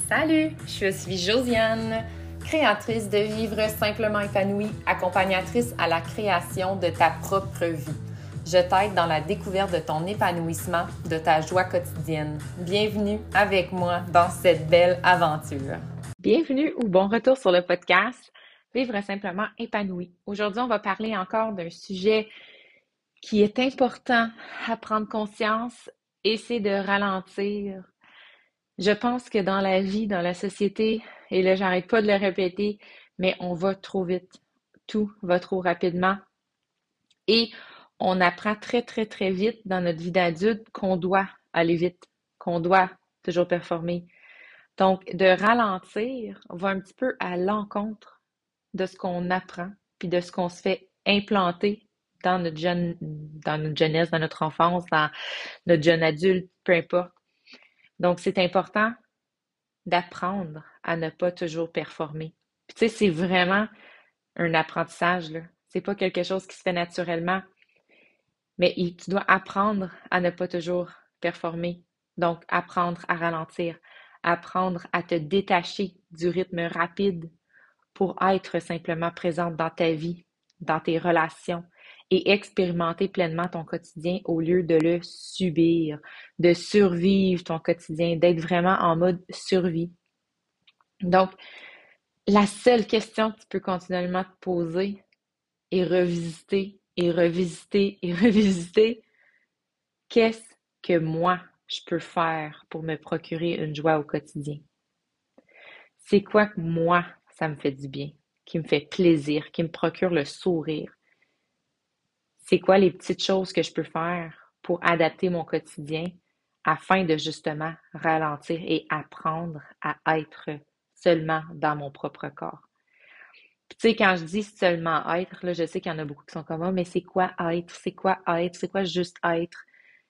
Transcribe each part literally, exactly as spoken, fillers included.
Salut, je suis Josiane, créatrice de Vivre simplement épanouie, accompagnatrice à la création de ta propre vie. Je t'aide dans la découverte de ton épanouissement, de ta joie quotidienne. Bienvenue avec moi dans cette belle aventure. Bienvenue ou bon retour sur le podcast Vivre simplement épanoui. Aujourd'hui, on va parler encore d'un sujet qui est important à prendre conscience et c'est de ralentir. Je pense que dans la vie, dans la société, et là, j'arrête pas de le répéter, mais on va trop vite. Tout va trop rapidement. Et on apprend très, très, très vite dans notre vie d'adulte qu'on doit aller vite, qu'on doit toujours performer. Donc, de ralentir va un petit peu à l'encontre de ce qu'on apprend, puis de ce qu'on se fait implanter dans notre jeune, dans notre jeunesse, dans notre enfance, dans notre jeune adulte, peu importe. Donc, c'est important d'apprendre à ne pas toujours performer. Puis, tu sais, c'est vraiment un apprentissage, là. C'est pas quelque chose qui se fait naturellement. Mais tu dois apprendre à ne pas toujours performer. Donc, apprendre à ralentir, apprendre à te détacher du rythme rapide pour être simplement présente dans ta vie, dans tes relations et expérimenter pleinement ton quotidien au lieu de le subir, de survivre ton quotidien, d'être vraiment en mode survie. Donc, la seule question que tu peux continuellement te poser et revisiter et revisiter et revisiter, qu'est-ce que moi je peux faire pour me procurer une joie au quotidien? C'est quoi que moi, ça me fait du bien, qui me fait plaisir, qui me procure le sourire? C'est quoi les petites choses que je peux faire pour adapter mon quotidien afin de justement ralentir et apprendre à être seulement dans mon propre corps? Puis, tu sais, quand je dis seulement être, là, je sais qu'il y en a beaucoup qui sont comme moi, mais c'est quoi être? C'est quoi être? C'est quoi juste être?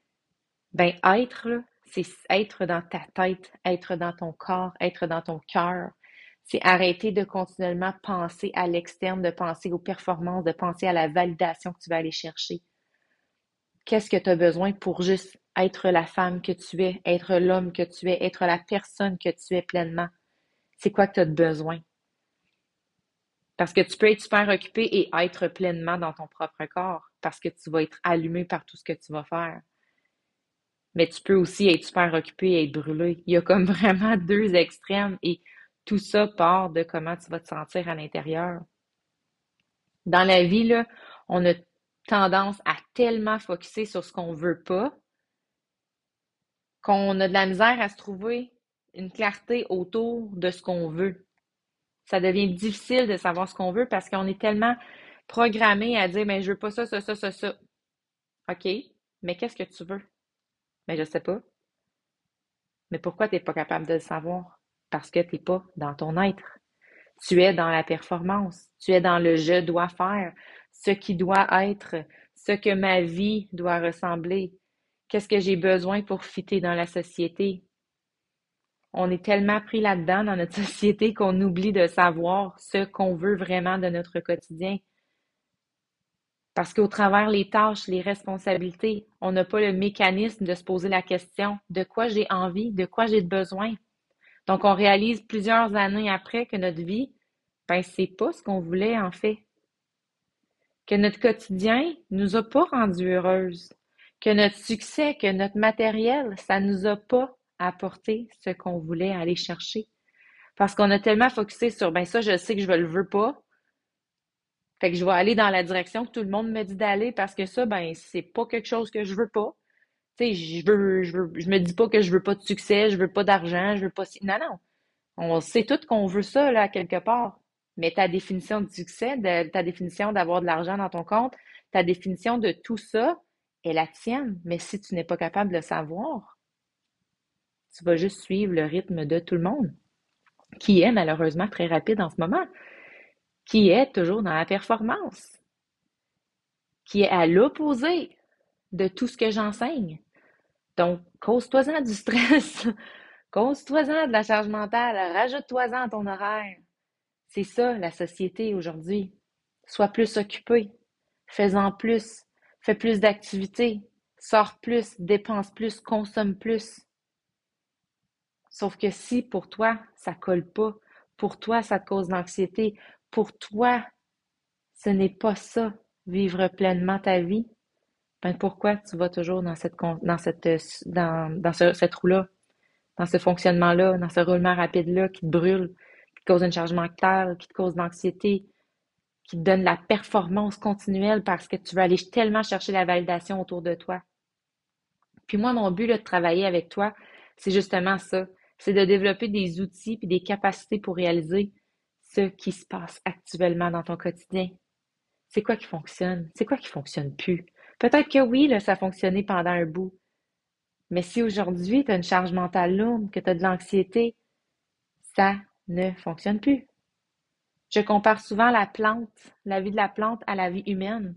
Ben, être, là, c'est être dans ta tête, être dans ton corps, être dans ton cœur. C'est arrêter de continuellement penser à l'externe, de penser aux performances, de penser à la validation que tu vas aller chercher. Qu'est-ce que tu as besoin pour juste être la femme que tu es, être l'homme que tu es, être la personne que tu es pleinement? C'est quoi que tu as de besoin? Parce que tu peux être super occupé et être pleinement dans ton propre corps parce que tu vas être allumé par tout ce que tu vas faire. Mais tu peux aussi être super occupé et être brûlé. Il y a comme vraiment deux extrêmes et tout ça part de comment tu vas te sentir à l'intérieur. Dans la vie, là, on a tendance à tellement focusser sur ce qu'on veut pas qu'on a de la misère à se trouver une clarté autour de ce qu'on veut. Ça devient difficile de savoir ce qu'on veut parce qu'on est tellement programmé à dire, mais je veux pas ça, ça, ça, ça, ça. OK, mais qu'est-ce que tu veux? Mais je sais pas. Mais pourquoi tu n'es pas capable de le savoir? Parce que tu n'es pas dans ton être. Tu es dans la performance. Tu es dans le je dois faire, ce qui doit être, ce que ma vie doit ressembler. Qu'est-ce que j'ai besoin pour fitter dans la société? On est tellement pris là-dedans dans notre société qu'on oublie de savoir ce qu'on veut vraiment de notre quotidien. Parce qu'au travers les tâches, les responsabilités, on n'a pas le mécanisme de se poser la question de quoi j'ai envie, de quoi j'ai besoin. Donc, on réalise plusieurs années après que notre vie, ben, c'est pas ce qu'on voulait en fait. Que notre quotidien nous a pas rendu heureuses. Que notre succès, que notre matériel, ça nous a pas apporté ce qu'on voulait aller chercher. Parce qu'on a tellement focusé sur, ben ça, je sais que je ne le veux pas. Fait que je vais aller dans la direction que tout le monde me dit d'aller parce que ça, ben, c'est pas quelque chose que je veux pas. Tu sais, je veux, je veux, je me dis pas que je veux pas de succès, je veux pas d'argent, je veux pas... Non, non. On sait tous qu'on veut ça, là, quelque part. Mais ta définition du succès, de, ta définition d'avoir de l'argent dans ton compte, ta définition de tout ça est la tienne. Mais si tu n'es pas capable de le savoir, tu vas juste suivre le rythme de tout le monde, qui est malheureusement très rapide en ce moment, qui est toujours dans la performance, qui est à l'opposé de tout ce que j'enseigne. Donc, cause-toi-en du stress, cause-toi-en de la charge mentale, rajoute-toi-en à ton horaire. C'est ça, la société aujourd'hui. Sois plus occupé, fais-en plus, fais plus d'activités, sors plus, dépense plus, consomme plus. Sauf que si pour toi, ça colle pas, pour toi, ça te cause l'anxiété, pour toi, ce n'est pas ça, vivre pleinement ta vie, ben pourquoi tu vas toujours dans cette dans cette dans, dans ce, cette roue-là, dans ce fonctionnement-là, dans ce roulement rapide-là qui te brûle, qui te cause une charge mentale, qui te cause de l'anxiété, qui te donne la performance continuelle parce que tu veux aller tellement chercher la validation autour de toi. Puis moi, mon but là, de travailler avec toi, c'est justement ça. C'est de développer des outils et des capacités pour réaliser ce qui se passe actuellement dans ton quotidien. C'est quoi qui fonctionne? C'est quoi qui fonctionne plus? Peut-être que oui, là, ça a fonctionné pendant un bout. Mais si aujourd'hui, tu as une charge mentale lourde, que tu as de l'anxiété, ça ne fonctionne plus. Je compare souvent la plante, la vie de la plante à la vie humaine.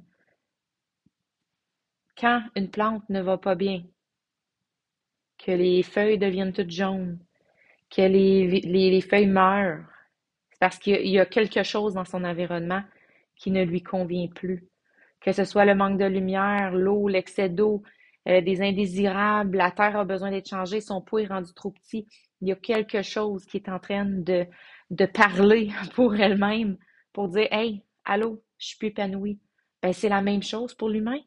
Quand une plante ne va pas bien, que les feuilles deviennent toutes jaunes, que les, les, les feuilles meurent, c'est parce qu'il y a quelque chose dans son environnement qui ne lui convient plus. Que ce soit le manque de lumière, l'eau, l'excès d'eau, euh, des indésirables, la terre a besoin d'être changée, son pot est rendu trop petit. Il y a quelque chose qui est en train de, de parler pour elle-même, pour dire « Hey, allô, je suis plus épanouie. » Ben, c'est la même chose pour l'humain.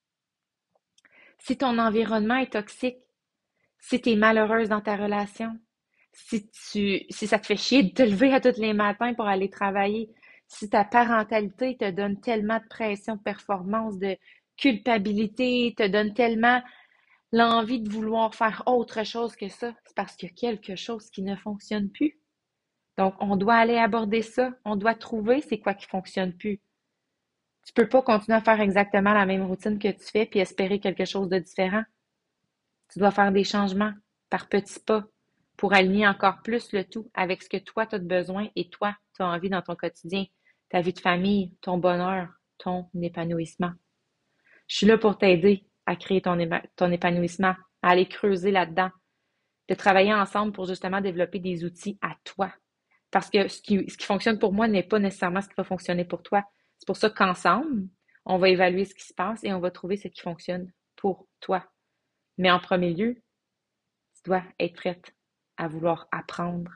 Si ton environnement est toxique, si tu es malheureuse dans ta relation, si tu, si ça te fait chier de te lever à tous les matins pour aller travailler, si ta parentalité te donne tellement de pression de performance, de culpabilité, te donne tellement l'envie de vouloir faire autre chose que ça, c'est parce qu'il y a quelque chose qui ne fonctionne plus. Donc, on doit aller aborder ça. On doit trouver c'est quoi qui fonctionne plus. Tu peux pas continuer à faire exactement la même routine que tu fais puis espérer quelque chose de différent. Tu dois faire des changements par petits pas pour aligner encore plus le tout avec ce que toi, tu as besoin et toi, tu as envie dans ton quotidien, ta vie de famille, ton bonheur, ton épanouissement. Je suis là pour t'aider à créer ton, ton épanouissement, à aller creuser là-dedans, de travailler ensemble pour justement développer des outils à toi. Parce que ce qui, ce qui fonctionne pour moi n'est pas nécessairement ce qui va fonctionner pour toi. C'est pour ça qu'ensemble, on va évaluer ce qui se passe et on va trouver ce qui fonctionne pour toi. Mais en premier lieu, tu dois être prête à vouloir apprendre,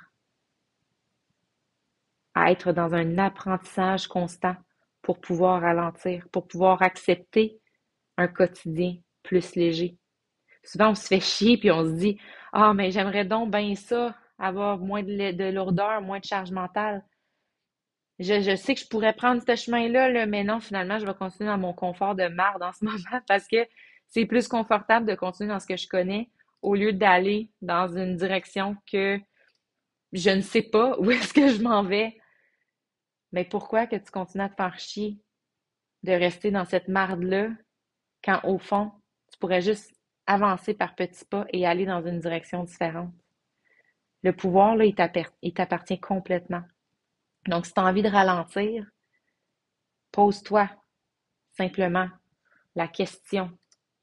à être dans un apprentissage constant pour pouvoir ralentir, pour pouvoir accepter un quotidien plus léger. Souvent, on se fait chier puis on se dit « Ah, mais j'aimerais donc bien ça, avoir moins de, de lourdeur, moins de charge mentale. Je, je sais que je pourrais prendre ce chemin-là, là, mais non, finalement, je vais continuer dans mon confort de marde en ce moment parce que c'est plus confortable de continuer dans ce que je connais au lieu d'aller dans une direction que je ne sais pas où est-ce que je m'en vais. Mais pourquoi que tu continues à te faire chier de rester dans cette marde-là quand au fond, tu pourrais juste avancer par petits pas et aller dans une direction différente? Le pouvoir, là, il t'appartient complètement. Donc, si tu as envie de ralentir, pose-toi simplement la question: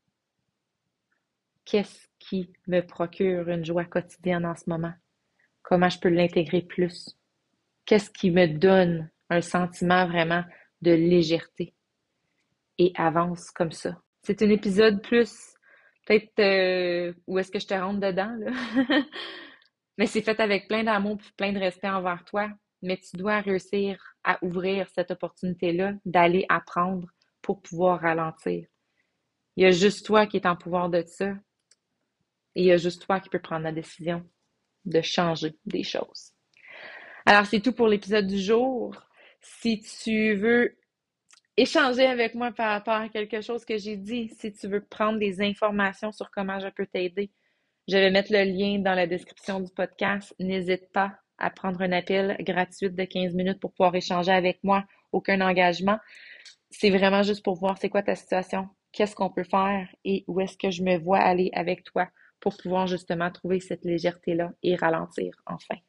qu'est-ce qui me procure une joie quotidienne en ce moment? Comment je peux l'intégrer plus? Qu'est-ce qui me donne un sentiment vraiment de légèreté? Et avance comme ça. C'est un épisode plus, peut-être, euh, où est-ce que je te rentre dedans, là? Mais c'est fait avec plein d'amour et plein de respect envers toi. Mais tu dois réussir à ouvrir cette opportunité-là d'aller apprendre pour pouvoir ralentir. Il y a juste toi qui es en pouvoir de ça. Et il y a juste toi qui peux prendre la décision de changer des choses. Alors, c'est tout pour l'épisode du jour. Si tu veux échanger avec moi par rapport à quelque chose que j'ai dit, si tu veux prendre des informations sur comment je peux t'aider, je vais mettre le lien dans la description du podcast. N'hésite pas à prendre un appel gratuit de quinze minutes pour pouvoir échanger avec moi. Aucun engagement. C'est vraiment juste pour voir c'est quoi ta situation, qu'est-ce qu'on peut faire et où est-ce que je me vois aller avec toi pour pouvoir justement trouver cette légèreté-là et ralentir enfin.